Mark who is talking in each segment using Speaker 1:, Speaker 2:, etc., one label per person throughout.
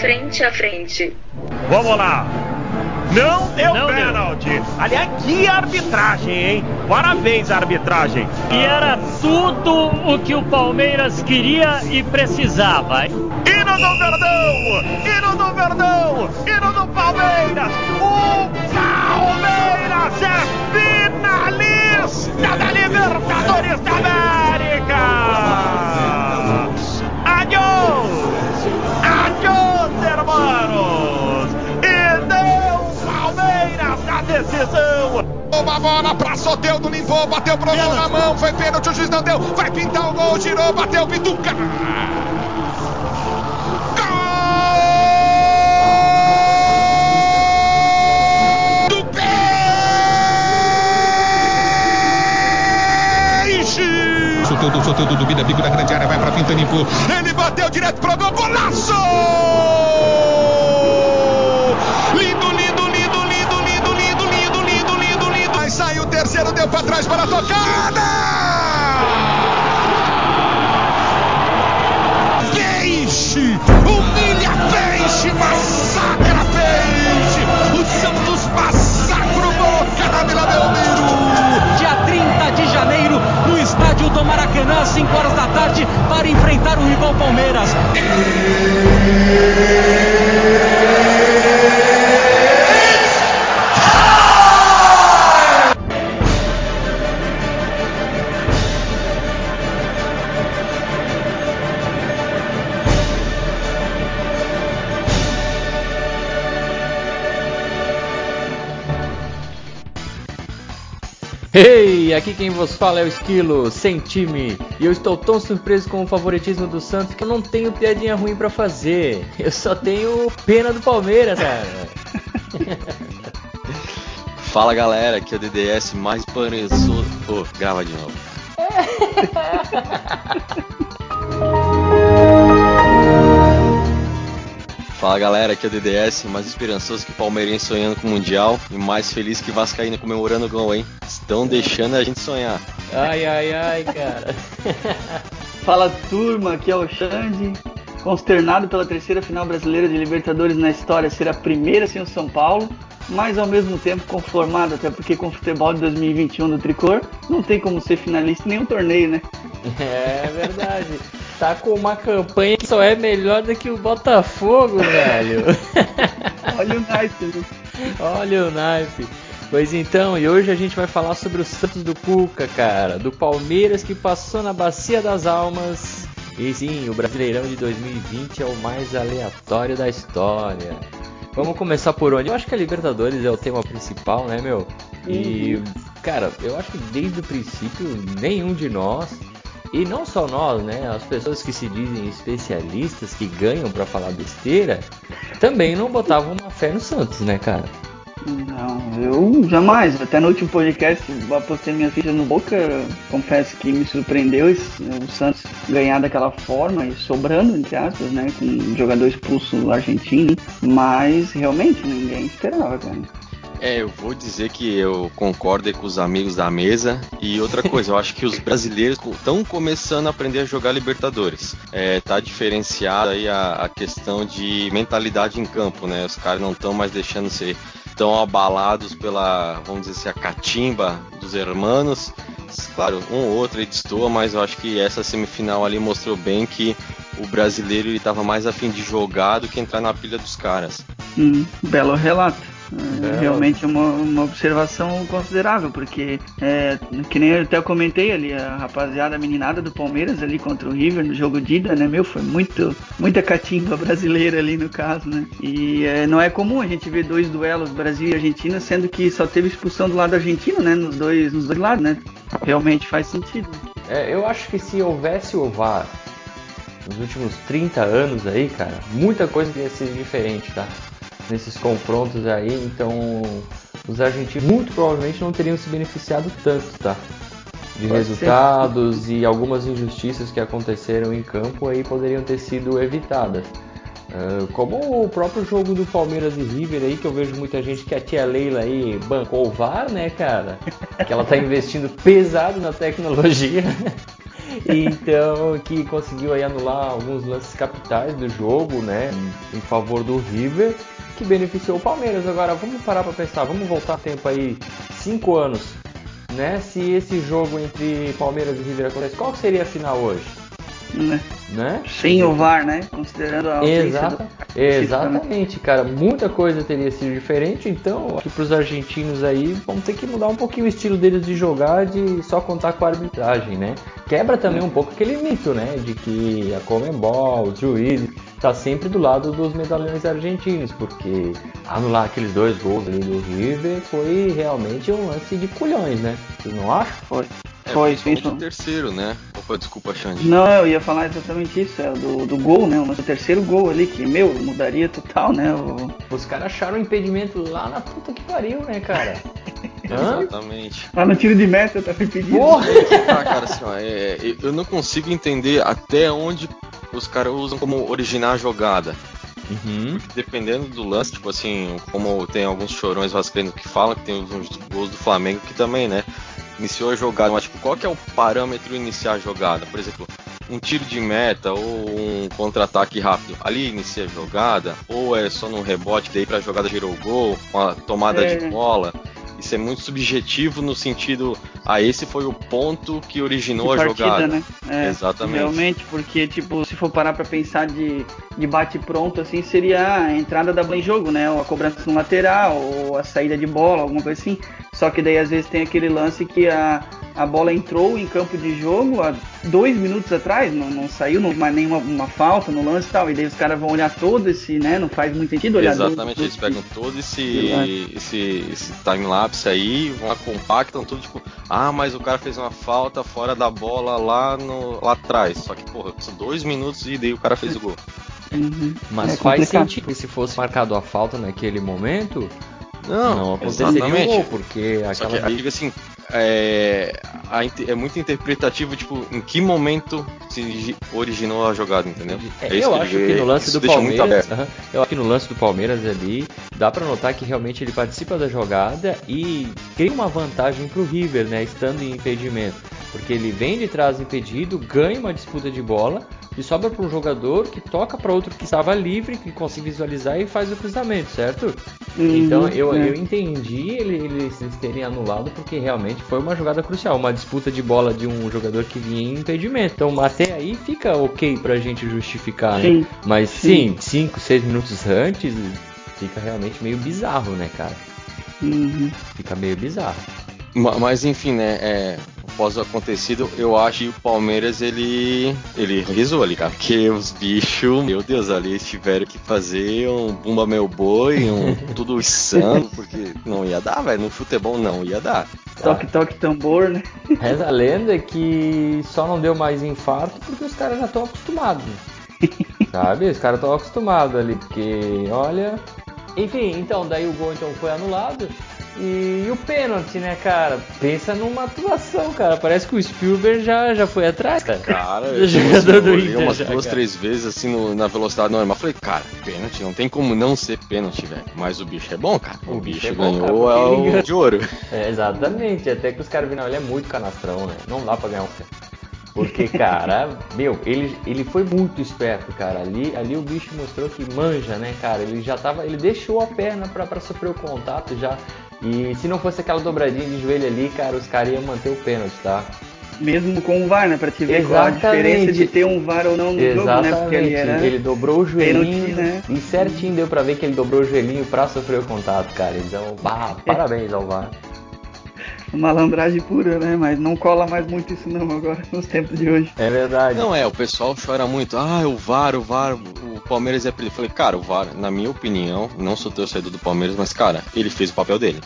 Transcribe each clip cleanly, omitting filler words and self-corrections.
Speaker 1: frente a frente.
Speaker 2: Vamos lá. Não deu pênalti. Aliás, que arbitragem, hein? Parabéns, arbitragem.
Speaker 3: E era tudo o que o Palmeiras queria e precisava, hein?
Speaker 2: Hino do Verdão! Hino do Verdão! Hino do Palmeiras! O Palmeiras é finalista da Libertadores da América! Adiós! Adiós, hermanos! E deu Palmeiras na decisão!
Speaker 4: Uma bola pra Soteldo, limpou, bateu pro gol na mão, foi pênalti, o juiz não deu, vai pintar o gol, girou, bateu, Pituca! Soteldo domina, bico da grande área, vai pra pinta, limpou, ele bateu direto pro gol, golaço! Lindo, lindo, lindo, lindo, lindo, lindo, lindo, lindo, lindo, lindo. Aí sai o terceiro, deu pra trás para a tocada! Peixe! Humilha peixe, massacra peixe! O Santos massacra o Boca na Vila Belmiro!
Speaker 5: Dia 30 de janeiro, no estádio do Maracanã, 5 horas da tarde, para enfrentar o rival Palmeiras.
Speaker 6: Hey, aqui quem vos fala é o Esquilo, sem time. E eu estou tão surpreso com o favoritismo do Santos que eu não tenho piadinha ruim pra fazer. Eu só tenho pena do Palmeiras, cara.
Speaker 7: Fala galera, aqui é o DDS mais esperançoso. Grava de novo. Fala galera, aqui é o DDS, mais esperançoso que palmeirense sonhando com o Mundial e mais feliz que vascaíno comemorando o gol, hein? Estão deixando a gente sonhar.
Speaker 6: Ai, ai, ai, cara.
Speaker 8: Fala turma, aqui é o Xande, consternado pela terceira final brasileira de Libertadores na história ser a primeira sem o São Paulo, mas ao mesmo tempo conformado, até porque com o futebol de 2021 do Tricor, não tem como ser finalista em nenhum torneio, né?
Speaker 6: É verdade. Tá com uma campanha que só é melhor do que o Botafogo, velho.
Speaker 8: Olha o naipe, né?
Speaker 6: Olha o naipe. Pois então, e hoje a gente vai falar sobre o Santos do Cuca, cara. Do Palmeiras que passou na Bacia das Almas. E sim, o Brasileirão de 2020 é o mais aleatório da história. Vamos começar por onde? Eu acho que a Libertadores é o tema principal, né, meu? E, cara, eu acho que desde o princípio nenhum de nós, e não só nós, né, as pessoas que se dizem especialistas, que ganham pra falar besteira, também não botavam uma fé no Santos, né, cara?
Speaker 8: Não, eu jamais. Até no último podcast apostei minha ficha no Boca. Confesso que me surpreendeu o Santos ganhar daquela forma e sobrando, entre aspas, né? Com um jogador expulso argentino. Mas realmente ninguém esperava, cara.
Speaker 7: Eu vou dizer que eu concordo com os amigos da mesa. E outra coisa, eu acho que os brasileiros estão começando a aprender a jogar Libertadores. Tá diferenciada aí a questão de mentalidade em campo, né? Os caras não estão mais deixando ser tão abalados pela, vamos dizer assim, a catimba dos hermanos. Claro, um ou outro aí destoa, mas eu acho que essa semifinal ali mostrou bem que o brasileiro ele tava mais a fim de jogar do que entrar na pilha dos caras.
Speaker 8: Belo relato. Realmente é uma observação considerável, porque que nem eu até comentei ali, a rapaziada, a meninada do Palmeiras ali contra o River no jogo de ida, né, foi muita catimba brasileira ali no caso, né, e não é comum a gente ver dois duelos Brasil e Argentina, sendo que só teve expulsão do lado argentino, né, nos dois lados, né, realmente faz sentido.
Speaker 6: Eu acho que se houvesse o VAR nos últimos 30 anos aí, cara, muita coisa teria sido diferente, tá? Nesses confrontos aí, então os argentinos muito provavelmente não teriam se beneficiado tanto, tá? De resultados e algumas injustiças que aconteceram em campo aí poderiam ter sido evitadas. Como o próprio jogo do Palmeiras e River aí, que eu vejo muita gente que a tia Leila aí bancou o VAR, né, cara? Que ela tá investindo pesado na tecnologia. Então, que conseguiu aí anular alguns lances capitais do jogo, né, em favor do River, que beneficiou o Palmeiras. Agora, vamos parar para pensar, vamos voltar tempo aí 5 anos, né, se esse jogo entre Palmeiras e River acontece, qual seria a final hoje? Né?
Speaker 8: Sem o VAR, né? Considerando a ausência
Speaker 6: Exatamente, cara. Muita coisa teria sido diferente. Então, aqui para os argentinos aí, vão ter que mudar um pouquinho o estilo deles de jogar, de só contar com a arbitragem, né? Quebra também um pouco aquele mito, né? De que a Conmebol, os juízes, tá sempre do lado dos medalhões argentinos, porque anular aqueles 2 gols ali do River foi realmente um lance de culhões, né? Vocês não acham?
Speaker 8: Foi isso.
Speaker 7: O terceiro, né? Opa, desculpa, Xande.
Speaker 8: Não, eu ia falar exatamente isso, do gol, né? O terceiro gol ali, que, mudaria total, né?
Speaker 6: Os caras acharam o impedimento lá na puta que pariu, né, cara?
Speaker 7: Exatamente.
Speaker 8: Lá no tiro de meta tava impedido.
Speaker 6: Porra!
Speaker 7: Cara, assim, ó, eu não consigo entender até onde os caras usam como originar a jogada. Porque dependendo do lance, tipo assim, como tem alguns chorões vascaínos que falam que tem uns gols do Flamengo que também, né? Iniciou a jogada, mas tipo, qual que é o parâmetro iniciar a jogada? Por exemplo, um tiro de meta ou um contra-ataque rápido, ali inicia a jogada, ou é só num rebote, daí pra jogada girou o gol, uma tomada de bola. Isso é muito subjetivo no sentido, esse foi o ponto que originou a jogada.
Speaker 8: Né?
Speaker 7: Exatamente.
Speaker 8: Realmente, porque tipo, se for parar pra pensar de bate pronto, assim, seria a entrada da bola em jogo, né? Ou a cobrança no lateral, ou a saída de bola, alguma coisa assim. Só que daí às vezes tem aquele lance que a bola entrou em campo de jogo há 2 minutos atrás, não saiu mais nenhuma falta no lance e tal, e daí os caras vão olhar todo esse, né, não faz muito sentido olhar.
Speaker 7: Exatamente, eles pegam todo esse time-lapse aí, vão lá, compactam tudo, tipo, mas o cara fez uma falta fora da bola lá atrás, só que, porra, são 2 minutos e daí o cara fez o gol.
Speaker 6: Mas faz sentido, se fosse marcado a falta naquele momento, não aconteceria o gol, porque
Speaker 7: só que aí, assim, é muito interpretativo, tipo, em que momento se originou a jogada, entendeu?
Speaker 6: Eu acho que no lance do Palmeiras, eu acho que no lance do Palmeiras ali, dá pra notar que realmente ele participa da jogada e cria uma vantagem pro River, né, estando em impedimento, porque ele vem de trás impedido, ganha uma disputa de bola e sobra para um jogador que toca para outro que estava livre, que consegue visualizar e faz o cruzamento, certo? Então eu entendi eles terem anulado porque realmente foi uma jogada crucial, uma disputa de bola de um jogador que vinha em impedimento. Então até aí fica ok pra gente justificar, né? Mas sim, 5, 6 minutos antes fica realmente meio bizarro, né, cara? Fica meio bizarro.
Speaker 7: Mas enfim, né, após o acontecido, eu acho que o Palmeiras, ele risou ali, cara, porque os bichos, meu Deus, ali eles tiveram que fazer um bumba meu boi, tudo insano, porque não ia dar, velho, no futebol não ia dar.
Speaker 8: Toque, toque, tambor, né?
Speaker 6: Reza a lenda que só não deu mais infarto porque os caras já estão acostumados, sabe? Os caras estão acostumados ali, porque, olha... Enfim, então, daí o gol então foi anulado. E o pênalti, né, cara? Pensa numa atuação, cara. Parece que o Spielberg já foi atrás, cara.
Speaker 7: Cara, eu olhei umas 2, 3 vezes assim na velocidade normal. Falei, cara, pênalti, não tem como não ser pênalti, velho. Mas o bicho é bom, cara. O bicho ganhou o de ouro.
Speaker 6: Exatamente, até que os caras viram, ele é muito canastrão, né? Não dá pra ganhar um cara. Porque, cara, ele foi muito esperto, cara. Ali o bicho mostrou que manja, né, cara? Ele deixou a perna pra sofrer o contato já. E se não fosse aquela dobradinha de joelho ali, cara, os caras iam manter o pênalti, tá?
Speaker 8: Mesmo com o VAR, né? Pra te ver qual a diferença de ter um VAR ou não no jogo, né? Porque
Speaker 6: ele dobrou o joelhinho,
Speaker 8: pênalti, né?
Speaker 6: E certinho deu pra ver que ele dobrou o joelhinho pra sofrer o contato, cara. Então, parabéns ao VAR.
Speaker 8: Malandragem pura, né? Mas não cola mais muito isso não agora, nos tempos de hoje.
Speaker 6: É verdade.
Speaker 7: Não, o pessoal chora muito. O VAR, o Palmeiras é perdido. Eu falei, cara, o VAR, na minha opinião, não sou torcedor do Palmeiras, mas, cara, ele fez o papel dele.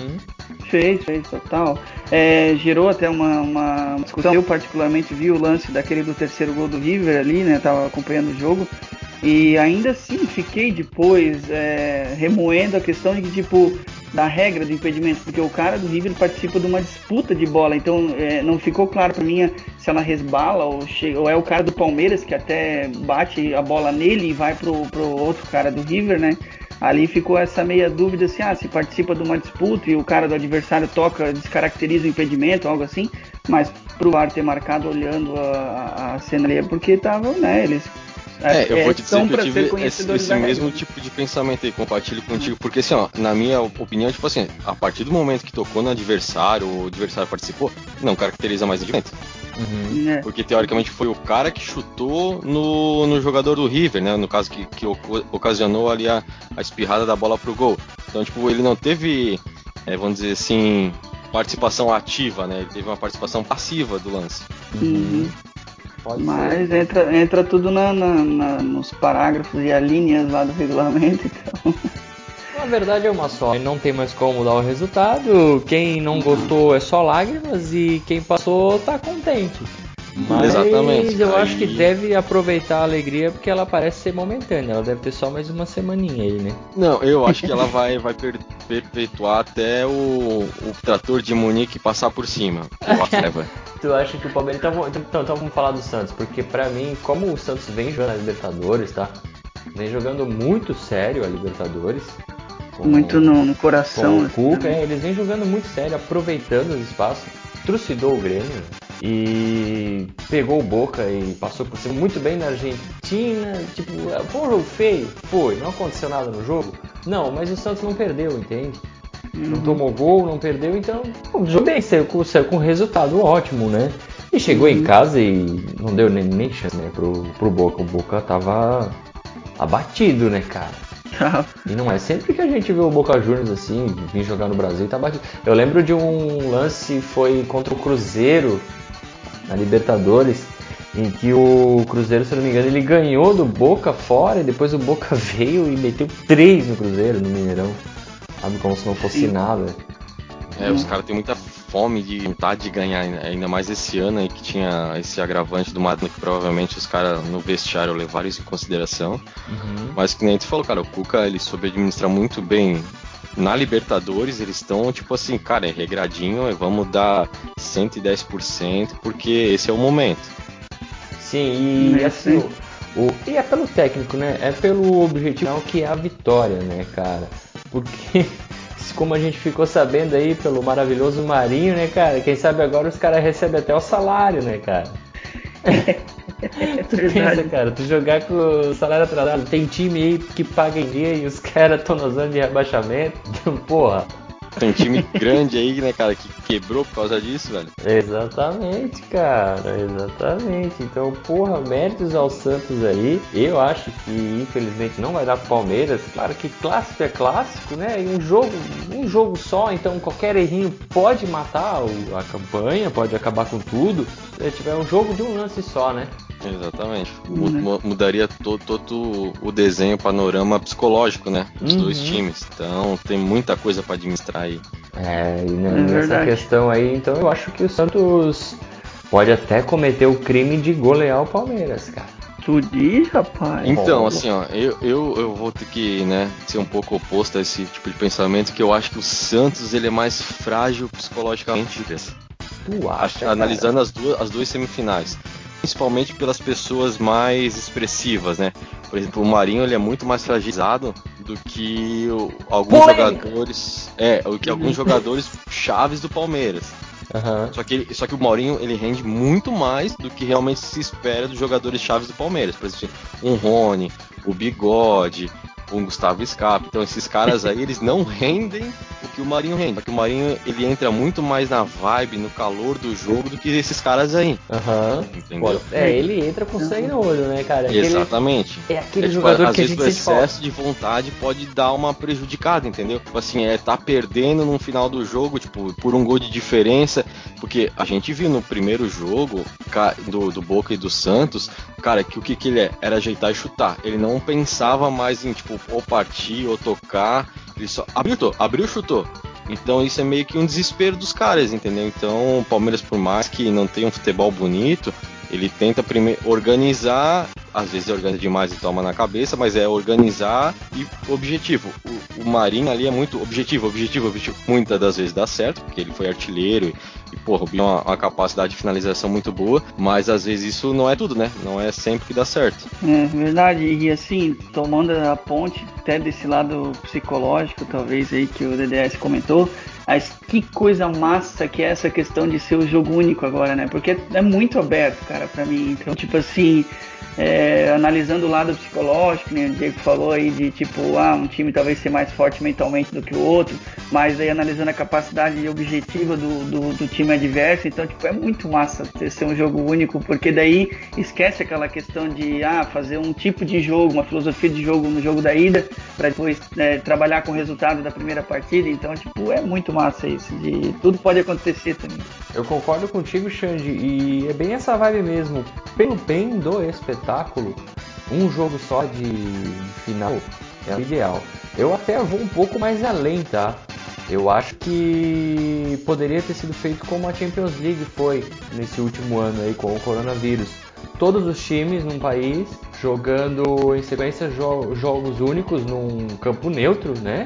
Speaker 8: Fez, total. Gerou até uma discussão. Eu particularmente vi o lance daquele do terceiro gol do River ali, né? Tava acompanhando o jogo. E ainda assim fiquei depois remoendo a questão de que, tipo, da regra do impedimento, porque o cara do River participa de uma disputa de bola, então não ficou claro pra mim se ela resbala ou é o cara do Palmeiras que até bate a bola nele e vai pro outro cara do River, né? Ali ficou essa meia dúvida assim, se participa de uma disputa e o cara do adversário descaracteriza o impedimento, algo assim, Mas pro VAR ter marcado olhando a cena ali é porque estavam, né, eles...
Speaker 7: eu vou te dizer que eu tive
Speaker 8: esse
Speaker 7: mesmo tipo de pensamento aí, compartilho contigo, porque assim, ó, na minha opinião, tipo assim, a partir do momento que tocou no adversário, o adversário participou, não caracteriza mais impedimento. Porque teoricamente foi o cara que chutou no jogador do River, né? No caso que ocasionou ali a espirrada da bola pro gol. Então, tipo, ele não teve, vamos dizer assim, participação ativa, né? Ele teve uma participação passiva do lance.
Speaker 8: Mas entra tudo nos parágrafos e as linhas lá do regulamento, então...
Speaker 6: A verdade é uma só, não tem mais como mudar o resultado, quem não gostou é só lágrimas e quem passou tá contente. Mas
Speaker 7: exatamente.
Speaker 6: Eu acho que deve aproveitar a alegria porque ela parece ser momentânea, ela deve ter só mais uma semaninha aí, né?
Speaker 7: Não, eu acho que ela vai perpetuar até o trator de Munique passar por cima. Eu acho que leva.
Speaker 6: Tu acha que o Palmeiras... Então vamos falar do Santos, porque pra mim, como o Santos vem jogando a Libertadores, tá? Vem jogando muito sério a Libertadores.
Speaker 8: Muito no coração.
Speaker 6: Com o Cuca, eles vêm jogando muito sério, aproveitando os espaços. Trucidou o Grêmio e pegou o Boca e passou por cima muito bem na Argentina. Tipo, foi um jogo feio? Foi. Não aconteceu nada no jogo? Não, mas o Santos não perdeu, entende? Não tomou gol, não perdeu, então jogou bem, saiu com resultado ótimo, né? E chegou em casa e não deu nem chance, né, pro Boca. O Boca tava abatido, né, cara? E não é sempre que a gente vê o Boca Juniors assim, vir jogar no Brasil e tá batido. Eu lembro de um lance, foi contra o Cruzeiro, na Libertadores, em que o Cruzeiro, se não me engano, ele ganhou do Boca fora e depois o Boca veio e meteu 3 no Cruzeiro, no Mineirão. Sabe, como se não fosse nada.
Speaker 7: Os caras têm muita fome de vontade de ganhar, ainda mais esse ano aí que tinha esse agravante do Madrid, que provavelmente os caras no vestiário levaram isso em consideração. Mas que nem tu falou, cara, o Cuca ele soube administrar muito bem na Libertadores, eles estão tipo assim, cara, é regradinho, vamos dar 110% porque esse é o momento.
Speaker 6: Sim, e assim, e é pelo técnico, né? É pelo objetivo que é a vitória, né, cara? Porque, como a gente ficou sabendo aí pelo maravilhoso Marinho, né, cara? Quem sabe agora os caras recebem até o salário, né, cara? Tu pensa, cara, tu jogar com o salário atrasado, tem time aí que paga em dia e os caras estão na zona de rebaixamento, porra.
Speaker 7: Tem time grande aí, né, cara, que quebrou por causa disso, velho.
Speaker 6: Exatamente, cara, exatamente. Então, porra, méritos ao Santos aí. Eu acho que, infelizmente, não vai dar pro Palmeiras. Claro que clássico é clássico, né? E um jogo só, então qualquer errinho pode matar a campanha, pode acabar com tudo. Se tiver um jogo de um lance só, né?
Speaker 7: Exatamente. Mudaria todo o desenho, o panorama psicológico, né? Dos dois times. Então tem muita coisa para administrar aí.
Speaker 6: E nessa questão aí, então eu acho que o Santos pode até cometer o crime de golear o Palmeiras, cara.
Speaker 8: Tu diz, rapaz?
Speaker 7: Então, assim, ó, eu vou ter que, né, ser um pouco oposto a esse tipo de pensamento, que eu acho que o Santos ele é mais frágil psicologicamente.
Speaker 6: Tu acha,
Speaker 7: analisando as duas semifinais. Principalmente pelas pessoas mais expressivas, né? Por exemplo, o Marinho ele é muito mais fragilizado do que alguns jogadores, alguns jogadores chaves do Palmeiras. Só que o Maurinho ele rende muito mais do que realmente se espera dos jogadores chaves do Palmeiras. Por exemplo, um Rony, o Bigode, um Gustavo Scarpa. Então esses caras aí eles não rendem o que o Marinho rende. Só que o Marinho ele entra muito mais na vibe, no calor do jogo do que esses caras aí. Entendeu?
Speaker 6: Ele entra com sangue no olho, né, cara?
Speaker 7: Exatamente.
Speaker 6: É aquele jogador
Speaker 7: às
Speaker 6: que
Speaker 7: vezes
Speaker 6: a gente
Speaker 7: o excesso de vontade pode dar uma prejudicada, entendeu? Tipo assim, tá perdendo no final do jogo, tipo, por um gol de diferença. Porque a gente viu no primeiro jogo do Boca e do Santos, cara, que o que ele era ajeitar e chutar. Ele não pensava mais em, tipo, ou partir ou tocar. Ele só abriu, chutou. Então isso é meio que um desespero dos caras, entendeu? Então o Palmeiras, por mais que não tenha um futebol bonito, ele tenta primeiro organizar, às vezes organiza demais e toma na cabeça, mas é organizar e objetivo. O Marinho ali é muito objetivo. Muitas das vezes dá certo, porque ele foi artilheiro e porra, uma capacidade de finalização muito boa, mas às vezes isso não é tudo, né? Não é sempre que dá certo.
Speaker 8: É verdade, e assim, tomando a ponte até desse lado psicológico, talvez aí que o DDS comentou, Mas que coisa massa que é essa questão de ser o jogo único agora, né? Porque é muito aberto, cara, pra mim. Então, tipo assim, analisando o lado psicológico, né? O Diego falou aí de tipo, um time talvez ser mais forte mentalmente do que o outro, mas aí analisando a capacidade objetiva do time adverso. Então, tipo, é muito massa ser um jogo único, porque daí esquece aquela questão de fazer um tipo de jogo, uma filosofia de jogo no jogo da ida, pra depois trabalhar com o resultado da primeira partida. Então, tipo, é muito massa isso, de tudo pode acontecer também.
Speaker 6: Eu concordo contigo, Xande, e é bem essa vibe mesmo. Pelo bem do espetáculo, um jogo só de final é o ideal. Eu até vou um pouco mais além, tá? Eu acho que poderia ter sido feito como a Champions League foi nesse último ano aí com o coronavírus. Todos os times num país jogando em sequência jogos únicos num campo neutro, né?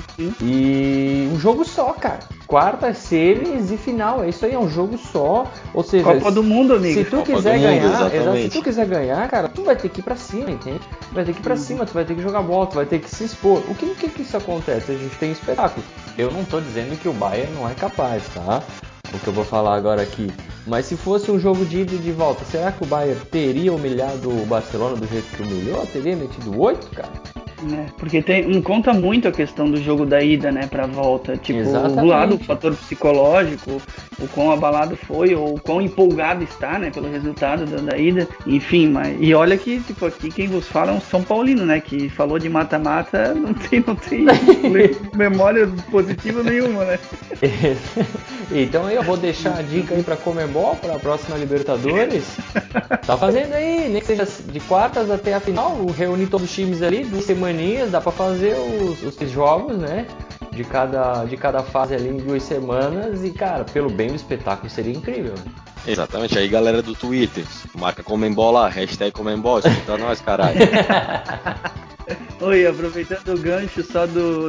Speaker 6: E um jogo só, cara. Quartas, semis e final. É isso aí, é um jogo só. Ou seja,
Speaker 8: Copa do Mundo, amigo.
Speaker 6: Se tu
Speaker 7: Copa
Speaker 6: quiser
Speaker 7: do
Speaker 6: ganhar,
Speaker 7: Mundo, exatamente.
Speaker 6: Se tu quiser ganhar, cara, tu vai ter que ir pra cima, entende? Tu vai ter que ir pra cima, tu vai ter que jogar bola, tu vai ter que se expor. O que isso acontece? A gente tem espetáculo. Eu não tô dizendo que o Bayern não é capaz, tá? O que eu vou falar agora aqui. Mas se fosse um jogo de ida e de volta, será que o Bayern teria humilhado o Barcelona do jeito que humilhou? Teria metido 8, cara?
Speaker 8: Porque conta muito a questão do jogo da ida, né, pra volta. Tipo,
Speaker 6: Exatamente.
Speaker 8: o lado, o fator psicológico, o quão abalado foi, ou o quão empolgado está, né, pelo resultado da ida. Enfim, e olha que, tipo, aqui quem vos fala é um São Paulino, né, que falou de mata-mata, não tem memória positiva nenhuma, né.
Speaker 6: Então aí eu vou deixar a dica aí pra Conmebol, pra próxima Libertadores. Tá fazendo aí, nem que seja de quartas até a final, reunir todos os times ali, 2 semaninhas, dá pra fazer os jogos, né? De cada fase ali em 2 semanas. E, cara, pelo bem do espetáculo seria incrível.
Speaker 7: Exatamente, aí galera do Twitter, marca Conmebol lá, hashtag Conmebol, escuta nós, caralho.
Speaker 8: Oi, aproveitando o gancho só do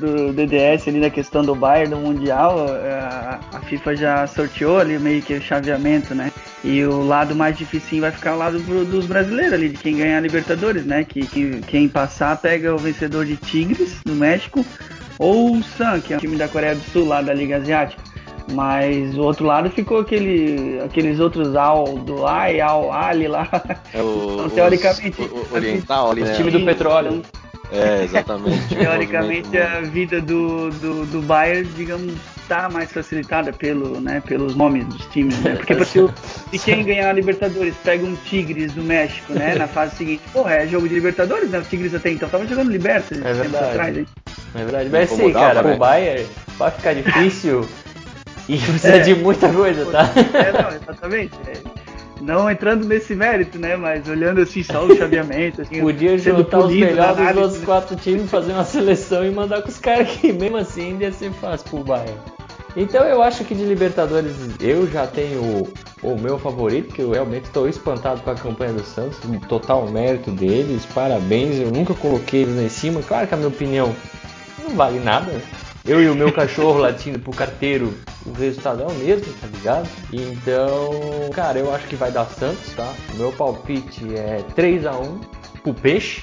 Speaker 8: DDS ali na questão do Bayern no Mundial, a FIFA já sorteou ali meio que o chaveamento, né? E o lado mais difícil vai ficar o lado dos brasileiros ali, de quem ganhar a Libertadores, né? Que quem passar pega o vencedor de Tigres, do México, ou o Sun, que é um time da Coreia do Sul, lá da Liga Asiática. Mas o outro lado ficou aqueles outros Al Ahly lá.
Speaker 7: Então,
Speaker 8: teoricamente,
Speaker 7: oriental ali,
Speaker 6: Os
Speaker 7: né?
Speaker 6: times do petróleo.
Speaker 7: Exatamente.
Speaker 8: Teoricamente, a vida do Bayern, digamos, está mais facilitada pelos nomes dos times, né? Porque se quem ganhar a Libertadores pega um Tigres do México, né? Na fase seguinte, é jogo de Libertadores, né? O Tigres até então tava jogando Libertadores.
Speaker 6: É verdade.
Speaker 8: Atrás, hein?
Speaker 6: É verdade. Mas sim, cara, né? O Bayern vai ficar difícil e precisa de muita coisa, tá?
Speaker 8: Não, exatamente. Não entrando nesse mérito, né? Mas olhando assim só o chaveamento. Assim,
Speaker 6: podia juntar os melhores dos outros 4 times, fazer uma seleção e mandar com os caras que mesmo assim ia ser fácil pro Bayern. Então eu acho que de Libertadores eu já tenho o meu favorito, que eu realmente estou espantado com a campanha do Santos, total mérito deles, parabéns, eu nunca coloquei eles lá em cima. Claro que a minha opinião não vale nada, né? Eu e o meu cachorro latindo pro carteiro, o resultado é o mesmo, tá ligado? Então, cara, eu acho que vai dar Santos, tá? O meu palpite é 3-1 pro Peixe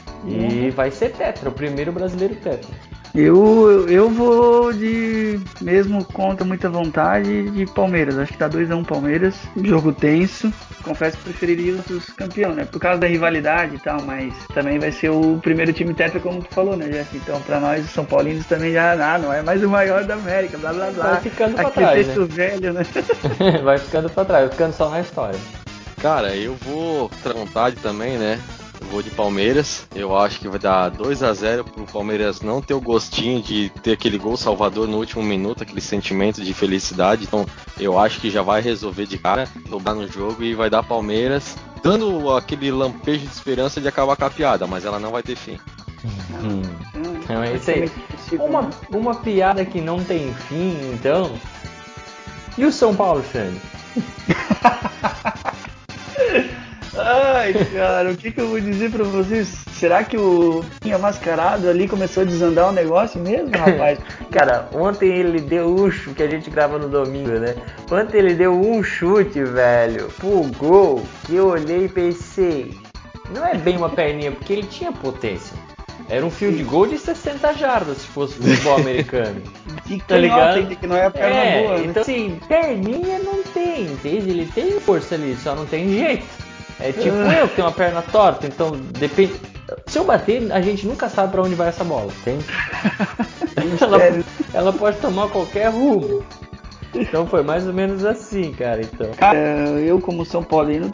Speaker 6: e vai ser tetra, o primeiro brasileiro tetra.
Speaker 8: Eu vou mesmo contra muita vontade, de Palmeiras. Acho que tá 2-1 Palmeiras, jogo tenso. Confesso que preferiria os campeões, né? Por causa da rivalidade e tal, mas também vai ser o primeiro time tetra, como tu falou, né, Jeff? Então, pra nós, os São Paulinos também já não é mais o maior da América, blá blá blá.
Speaker 6: Vai ficando pra
Speaker 8: aqui
Speaker 6: trás,
Speaker 8: né? Velho, né?
Speaker 6: Vai ficando pra trás, vai ficando só na história.
Speaker 7: Cara, eu vou à vontade também, né? Eu vou de Palmeiras. Eu acho que vai dar 2-0 pro Palmeiras não ter o gostinho de ter aquele gol salvador no último minuto, aquele sentimento de felicidade. Então, eu acho que já vai resolver de cara, dobrar no jogo e vai dar Palmeiras, dando aquele lampejo de esperança de acabar com a piada, mas ela não vai ter fim.
Speaker 6: Então é isso aí. Uma piada que não tem fim, então. E o São Paulo, Xande?
Speaker 8: Ai, cara, o que eu vou dizer pra vocês? Será que o Pinha Mascarado ali começou a desandar o negócio mesmo, rapaz?
Speaker 6: Cara, ontem ele deu um chute, que a gente grava no domingo, né? Ontem ele deu um chute, velho, pro gol, que eu olhei e pensei, não é bem uma perninha, porque ele tinha potência. Era um field goal de 60 jardas, se fosse futebol americano. tá ligado?
Speaker 8: Tem que não é a perna boa, né?
Speaker 6: Então assim, perninha não tem, entende? Ele tem força ali, só não tem jeito. É tipo eu que tenho uma perna torta, então depende. Se eu bater, a gente nunca sabe pra onde vai essa bola, entende? ela pode tomar qualquer rumo. Então foi mais ou menos assim, cara. Então.
Speaker 8: Cara, eu como São Paulino,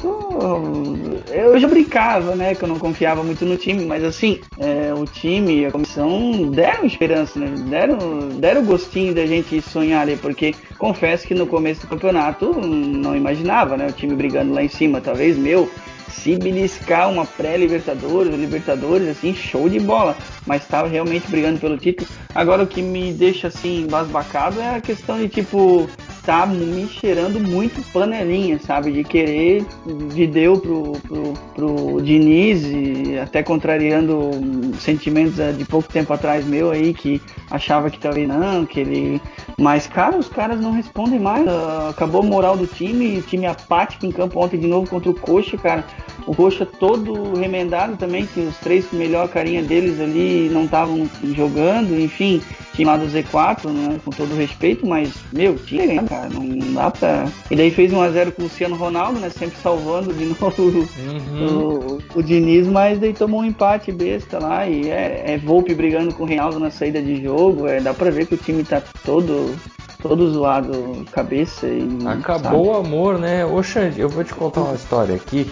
Speaker 8: eu já brincava, né? Que eu não confiava muito no time, mas assim, o time e a comissão deram esperança, né? Deram gostinho da gente sonhar ali, porque confesso que no começo do campeonato não imaginava, né? O time brigando lá em cima, talvez se beliscar uma pré-Libertadores, Libertadores, assim, show de bola. Mas estava realmente brigando pelo título. Agora o que me deixa assim embasbacado é a questão de tipo tá me cheirando muito panelinha, sabe? De querer deu pro Diniz, e até contrariando sentimentos de pouco tempo atrás meu aí, que achava que talvez não, que ele... Mas, cara, os caras não respondem mais. Acabou a moral do time apático em campo ontem de novo contra o Coxa, cara. O Coxa todo remendado também, que os três melhor carinha deles ali não estavam jogando, enfim, time lá do Z4, né, com todo respeito, mas, tinha ganhado, cara, não dá pra... E daí fez 1-0 com o Luciano Ronaldo, né, sempre salvando de novo o Diniz, mas daí tomou um empate besta lá, e Volpe brigando com o Reinaldo na saída de jogo, dá pra ver que o time tá todo zoado, cabeça e...
Speaker 6: Acabou o amor, né? Ô Xande, eu vou te contar uma história aqui,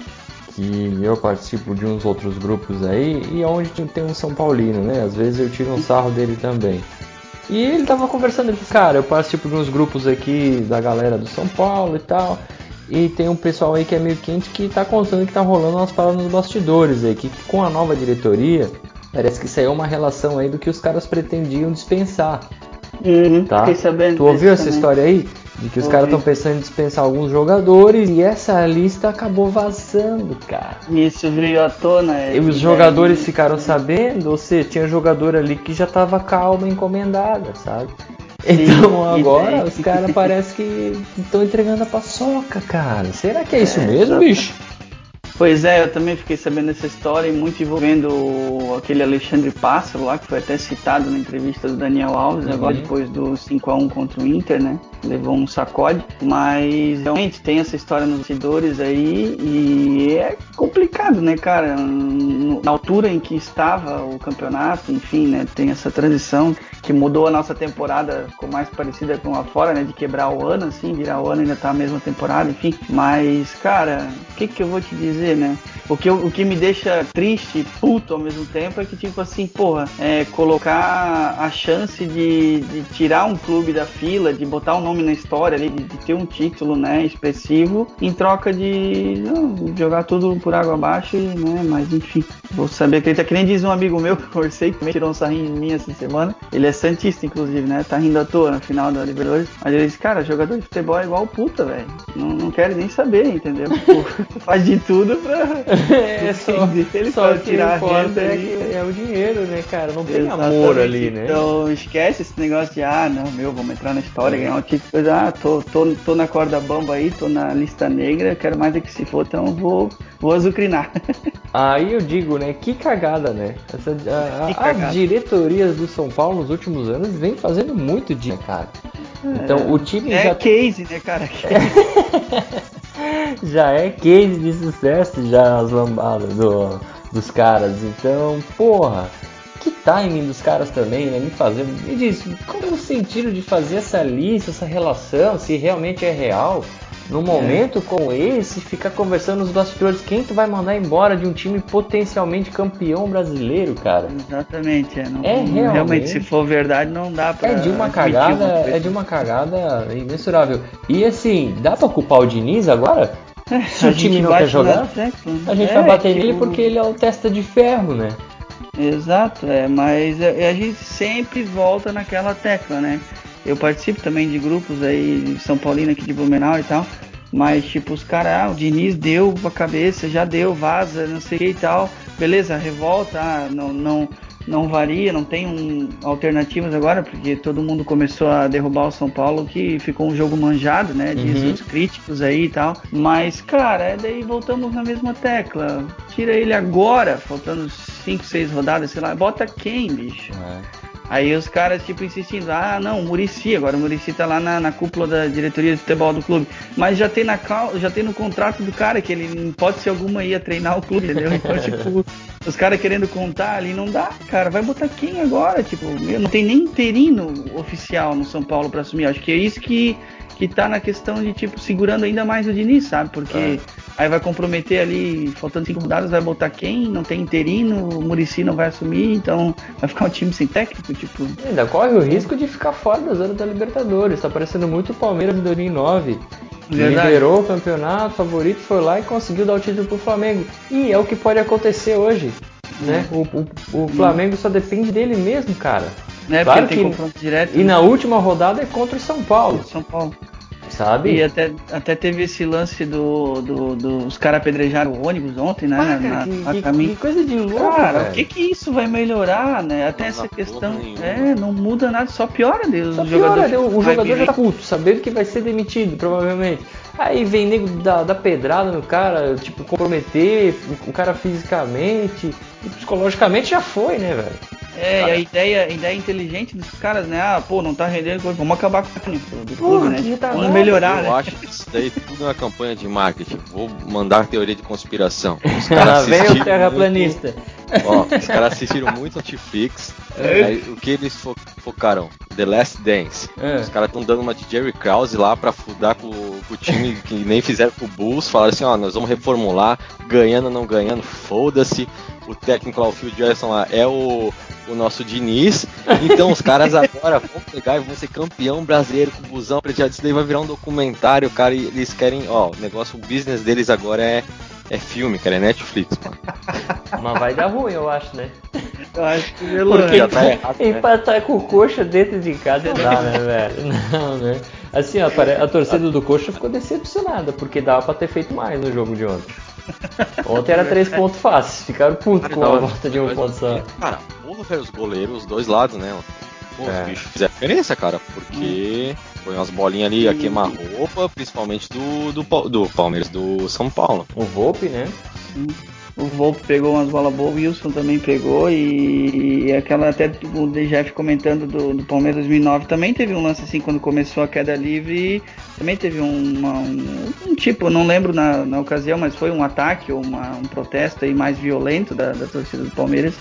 Speaker 6: que eu participo de uns outros grupos aí, e onde tem um São Paulino, né? Às vezes eu tiro um sarro dele também. E ele tava conversando, ele disse, cara, eu participo de uns grupos aqui da galera do São Paulo e tal, e tem um pessoal aí que é meio quente que tá contando que tá rolando umas paradas nos bastidores aí, que com a nova diretoria, parece que saiu uma relação aí do que os caras pretendiam dispensar. Tá?
Speaker 8: Fiquei sabendo.
Speaker 6: Tu ouviu essa
Speaker 8: também.
Speaker 6: História aí? De que os caras estão pensando em dispensar alguns jogadores e essa lista acabou vazando, cara.
Speaker 8: Isso veio à tona.
Speaker 6: E os jogadores ficaram sabendo, ou seja, tinha jogador ali que já tava calma encomendada, sabe? Então agora os caras parece que estão entregando a paçoca, cara. Será que é isso mesmo, bicho?
Speaker 8: Pois é, eu também fiquei sabendo dessa história, e muito envolvendo aquele Alexandre Pássaro lá, que foi até citado na entrevista do Daniel Alves, agora depois do 5-1 contra o Inter, né? Levou um sacode, mas realmente tem essa história nos bastidores aí, e é complicado, né, cara? Na altura em que estava o campeonato, enfim, né? Tem essa transição que mudou a nossa temporada, ficou mais parecida com a fora, né? De quebrar o ano, assim, virar o ano, ainda tá a mesma temporada, enfim. Mas, cara, o que eu vou te dizer, né? O que me deixa triste e puto ao mesmo tempo é que, tipo assim, porra, colocar a chance de tirar um clube da fila, de botar um nome na história ali, de ter um título, né, expressivo, em troca de jogar tudo por água abaixo, né? Mas enfim, vou saber acreditar. Que nem diz um amigo meu que eu conversei, que também tirou um sarrinho de mim essa semana. Ele é santista, inclusive, né? Tá rindo à toa na final da Libertadores. Mas ele disse, cara, jogador de futebol é igual puta, velho. Não quero nem saber, entendeu? Faz de tudo pra...
Speaker 6: só tirar a renda é o dinheiro, né, cara? Não tem amor ali, né?
Speaker 8: Então esquece esse negócio de, vamos entrar na história, ganhar um título. Tô na corda bamba aí, tô na lista negra, quero mais é que se for, então vou azucrinar.
Speaker 6: Aí eu digo, né, que cagada, né? As diretorias do São Paulo nos últimos anos vem fazendo muito disso, cara. Então o time já...
Speaker 8: case, né, cara?
Speaker 6: Já é case de sucesso, já as lambadas dos caras. Então, porra, que timing dos caras também, né? Me diz, como sentiram de fazer essa lista, essa relação, se realmente é real, num momento como esse, ficar conversando nos bastidores, quem tu vai mandar embora de um time potencialmente campeão brasileiro, cara?
Speaker 8: Exatamente,
Speaker 6: realmente,
Speaker 8: se for verdade, não dá pra...
Speaker 6: É de uma cagada imensurável. E assim, dá pra culpar o Diniz agora? Se o time não quer jogar, a gente vai bater nele porque ele é o testa de ferro, né?
Speaker 8: Exato, mas a gente sempre volta naquela tecla, né? Eu participo também de grupos aí de São Paulino aqui de Blumenau e tal, mas tipo, os caras, o Diniz deu pra cabeça, já deu, vaza, não sei o que e tal, beleza, revolta, não varia, não tem alternativas agora, porque todo mundo começou a derrubar o São Paulo, que ficou um jogo manjado, né? Diz os críticos aí e tal. Mas, cara, daí voltamos na mesma tecla. Tira ele agora, faltando 5, 6 rodadas, sei lá. Bota quem, bicho? Aí os caras, tipo, insistindo, não, o Muricy tá lá na cúpula da diretoria de futebol do clube. Mas já tem no contrato do cara que ele, em hipótese alguma, ia treinar o clube, entendeu? Então, tipo, os caras querendo contar ali, não dá, cara. Vai botar quem agora? Tipo, não tem nem interino oficial no São Paulo pra assumir. Acho que é isso que tá na questão de, tipo, segurando ainda mais o Diniz, sabe? Porque aí vai comprometer ali, faltando 5 rodadas, vai botar quem? Não tem interino, o Muricy não vai assumir, então vai ficar um time sem técnico, tipo...
Speaker 6: Ainda corre o risco de ficar fora da zona da Libertadores. Tá parecendo muito o Palmeiras em 2009. Liderou o campeonato, favorito, foi lá e conseguiu dar o título pro Flamengo. E é o que pode acontecer hoje, né? O Flamengo só depende dele mesmo, cara.
Speaker 8: Claro porque tem confronto direto.
Speaker 6: E na última rodada é contra o São Paulo. Sabe?
Speaker 8: E até teve esse lance dos caras apedrejaram o ônibus ontem, né?
Speaker 6: Que coisa de louco,
Speaker 8: cara,
Speaker 6: velho.
Speaker 8: o que isso vai melhorar, né? Até essa questão. Não muda nada, só piora, Deus. O
Speaker 6: jogador já tá puto, sabendo que vai ser demitido, provavelmente. Aí vem nego da pedrada no cara, tipo, comprometer o cara fisicamente e psicologicamente já foi, né, velho?
Speaker 8: E a ideia inteligente dos caras, né? Não tá rendendo, vamos acabar com o técnico do clube, né? Vamos melhorar,
Speaker 7: Eu acho que isso daí tudo é uma campanha de marketing. Vou mandar teoria de conspiração. Os caras
Speaker 6: vem o terraplanista.
Speaker 7: Os caras assistiram muito Netflix. Aí, o que eles focaram? The Last Dance. Os caras estão dando uma de Jerry Krause lá pra fudar com o time que nem fizeram com o Bulls. Falaram assim, nós vamos reformular, ganhando ou não ganhando, foda-se. O técnico lá, o Phil Jackson lá, é o nosso Diniz. Então os caras agora vão pegar e vão ser campeão brasileiro com o busão. Isso daí vai virar um documentário, cara. E eles querem, o business deles agora é filme, cara, é Netflix, mano.
Speaker 6: Mas vai dar ruim, eu acho, né?
Speaker 8: Eu acho que
Speaker 6: porque já tá errado, empatar com o Coxa dentro de casa não dá, né, velho? Não, né? Assim, a torcida do Coxa ficou decepcionada, porque dava pra ter feito mais no jogo de ontem. Ontem era 3 pontos fáceis, ficaram putos com a volta de 1 ponto só.
Speaker 7: Cara, velho, os goleiros, os dois lados, né? Os bichos fizeram diferença, cara, porque foi umas bolinhas ali a queimar roupa, principalmente do Palmeiras, do São Paulo.
Speaker 6: O Volpe, né?
Speaker 8: O Volpe pegou umas bolas boas, o Wilson também pegou e aquela até o DGF comentando do Palmeiras 2009 também teve um lance assim quando começou a queda livre, também teve um tipo, não lembro na ocasião, mas foi um ataque ou um protesto aí mais violento da torcida do Palmeiras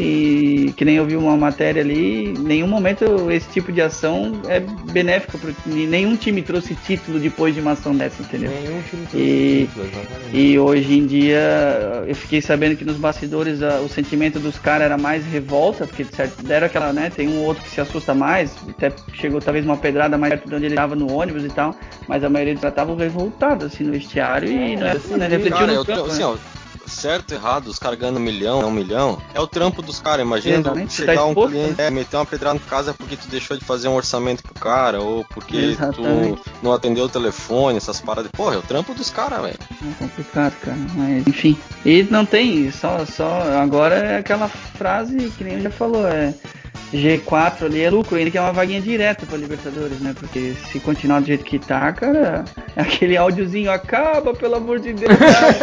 Speaker 8: e que nem eu vi uma matéria ali, em nenhum momento esse tipo de ação é benéfica, porque nenhum time trouxe título depois de uma ação dessa, entendeu?
Speaker 6: Nenhum time trouxe título, exatamente.
Speaker 8: E hoje em dia eu fiquei sabendo que nos bastidores o sentimento dos caras era mais revolta, porque deram aquela, né, tem um outro que se assusta mais, até chegou talvez uma pedrada mais perto de onde ele estava no ônibus e tal, mas a maioria já estavam revoltados assim no vestiário e não é assim, né, refletiu no campo, né?
Speaker 7: Certo, errado, os caras ganhando 1 milhão, é o trampo dos caras. Imagina chegar um cliente, meter uma pedrada em casa porque tu deixou de fazer um orçamento pro cara, ou porque tu não atendeu o telefone, essas paradas. Porra, é o trampo dos caras, velho.
Speaker 8: É complicado, cara, mas enfim. E não tem, só agora é aquela frase que nem já falou, G4 ali é lucro, ainda que é uma vaguinha direta pra Libertadores, né? Porque se continuar do jeito que tá, cara, aquele áudiozinho acaba, pelo amor de Deus.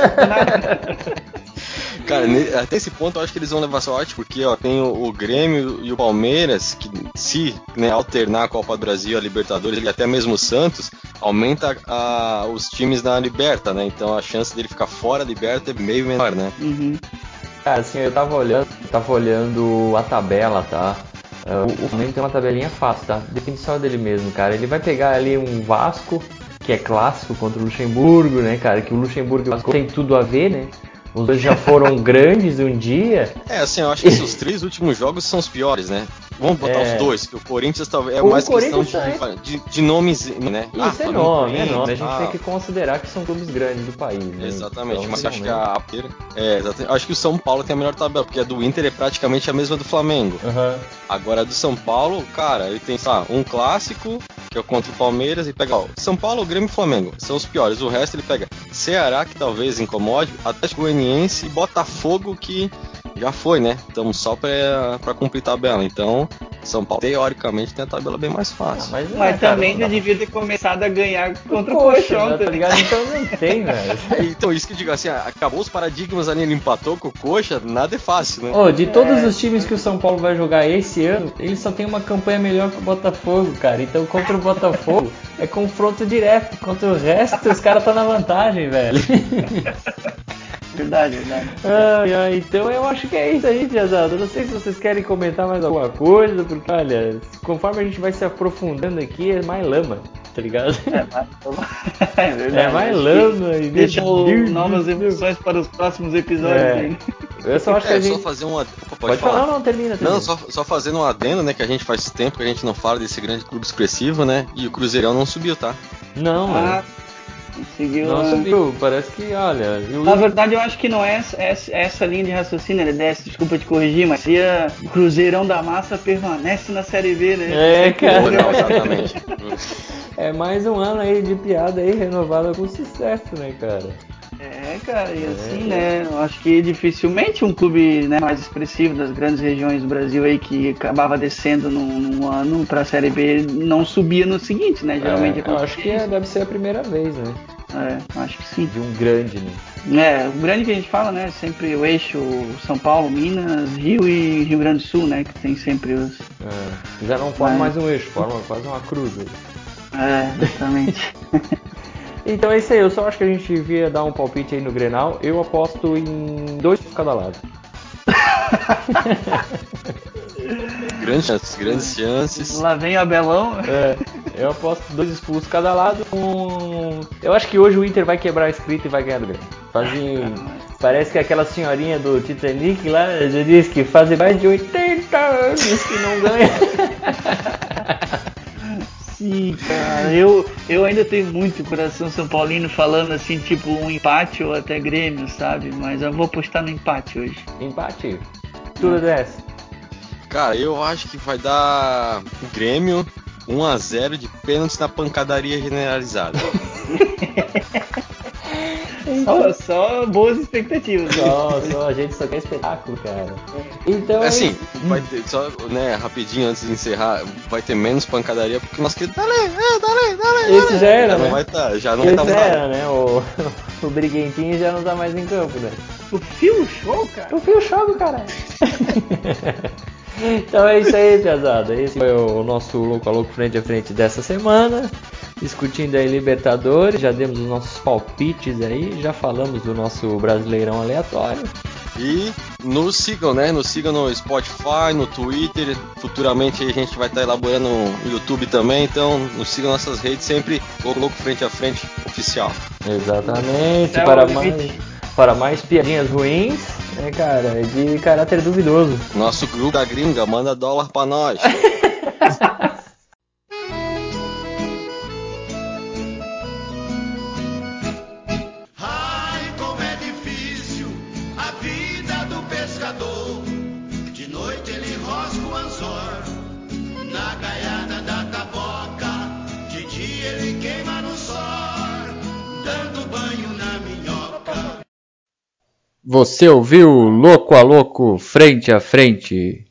Speaker 7: Cara, até esse ponto eu acho que eles vão levar sorte, porque tem o Grêmio e o Palmeiras, que se alternar a Copa do Brasil, a Libertadores e até mesmo o Santos, aumenta os times da Liberta, né? Então a chance dele ficar fora da Liberta é meio menor, né?
Speaker 8: Uhum.
Speaker 6: Cara, assim, eu tava olhando a tabela, tá? O Flamengo tem uma tabelinha fácil, tá? Depende só dele mesmo, cara. Ele vai pegar ali um Vasco, que é clássico contra o Luxemburgo, né, cara? Que o Luxemburgo e o Vasco tem tudo a ver, né? Os dois já foram grandes um dia.
Speaker 7: Assim, eu acho que esses 3 últimos jogos são os piores, né? Vamos botar os dois, que o Corinthians talvez é mais questão de nomes, né?
Speaker 6: Isso é nome. A gente tem que considerar que são clubes grandes do país, né?
Speaker 7: Exatamente, então, mas acho que acho que o São Paulo tem a melhor tabela, porque a do Inter é praticamente a mesma do Flamengo. Agora a do São Paulo, cara, ele tem, um clássico, que é contra o Palmeiras, e pega, São Paulo, Grêmio e Flamengo, são os piores. O resto ele pega Ceará, que talvez incomode, Atlético Goianiense e Botafogo, que já foi, né? Estamos só pra cumprir tabela. Então, São Paulo, teoricamente, tem a tabela bem mais fácil.
Speaker 8: Mas também já devia ter começado a ganhar contra o Coxa,
Speaker 6: tá ligado? Então não tem, velho.
Speaker 7: Então, isso que eu digo assim, acabou os paradigmas ali, ele empatou com o Coxa, nada é fácil, né?
Speaker 6: De todos os times que o São Paulo vai jogar esse ano, ele só tem uma campanha melhor que o Botafogo, cara. Então, contra o Botafogo, é confronto direto. Contra o resto, os caras estão na vantagem, velho.
Speaker 8: Verdade.
Speaker 6: Então eu acho que é isso aí, piazada. Não sei se vocês querem comentar mais alguma coisa, porque, olha, conforme a gente vai se aprofundando aqui, é mais lama, tá ligado?
Speaker 8: É verdade.
Speaker 6: É mais lama e
Speaker 8: deixa novas emoções para os próximos episódios.
Speaker 6: Eu só acho que a gente...
Speaker 7: só fazer uma...
Speaker 6: Pode falar? Não, termina.
Speaker 7: Não, só fazendo um adendo, né, que a gente faz tempo que a gente não fala desse grande clube expressivo, né, e o Cruzeirão não subiu, tá?
Speaker 6: Não, subiu, parece que, olha...
Speaker 8: Na verdade, eu acho que não é essa linha de raciocínio, desculpa te corrigir, mas se o Cruzeirão da Massa permanece na Série B, né?
Speaker 6: Cara.
Speaker 7: Não, exatamente.
Speaker 6: É mais um ano aí de piada aí, renovada com sucesso, né, cara?
Speaker 8: Cara, e assim, né, eu acho que dificilmente um clube, né, mais expressivo das grandes regiões do Brasil aí, que acabava descendo num ano pra Série B, não subia no seguinte, né, geralmente
Speaker 6: eu acho que deve ser a primeira vez, né?
Speaker 8: Acho que sim.
Speaker 6: De um grande, né?
Speaker 8: O grande que a gente fala, né, sempre o eixo São Paulo, Minas, Rio e Rio Grande do Sul, né, que tem sempre os...
Speaker 6: Já não forma mais um eixo, forma quase uma cruz.
Speaker 8: Exatamente.
Speaker 6: Então é isso aí, eu só acho que a gente devia dar um palpite aí no Grenal. Eu aposto em 2 por cada lado.
Speaker 7: Grandes chances.
Speaker 8: Lá vem o Abelão.
Speaker 6: Eu aposto 2 expulsos cada lado. Eu acho que hoje o Inter vai quebrar a escrita e vai ganhar do Grêmio. Parece que aquela senhorinha do Titanic lá já disse que faz mais de 80 anos que não ganha.
Speaker 8: Sim, cara, eu ainda tenho muito coração São Paulino falando assim, tipo um empate ou até Grêmio, sabe? Mas eu vou apostar no empate hoje.
Speaker 6: Empate? Tudo desce.
Speaker 7: Cara, eu acho que vai dar Grêmio 1-0 de pênalti na pancadaria generalizada.
Speaker 8: Só boas expectativas.
Speaker 6: Só a gente só quer espetáculo, cara. Então
Speaker 7: assim, vai ter, só, né, rapidinho antes de encerrar, vai ter menos pancadaria porque o nosso querido dale.
Speaker 6: Esse já era,
Speaker 7: né? Já não vai estar
Speaker 6: já era, né? O Briguentinho já não tá mais em campo, né?
Speaker 8: O Fio Show, cara.
Speaker 6: O Fio Show, cara. Então é isso aí, piazada. Esse foi o nosso Louco a Louco Frente a Frente dessa semana. Discutindo aí Libertadores, já demos os nossos palpites aí, já falamos do nosso Brasileirão aleatório.
Speaker 7: E nos sigam, né? Nos sigam no Spotify, no Twitter. Futuramente a gente vai estar elaborando no YouTube também. Então nos sigam nas nossas redes, sempre Louco Frente a Frente oficial.
Speaker 6: Exatamente. Para mais piadinhas ruins, né, cara, de caráter duvidoso.
Speaker 7: Nosso grupo da gringa manda dólar pra nós.
Speaker 6: Você ouviu Louco a Louco Frente a Frente?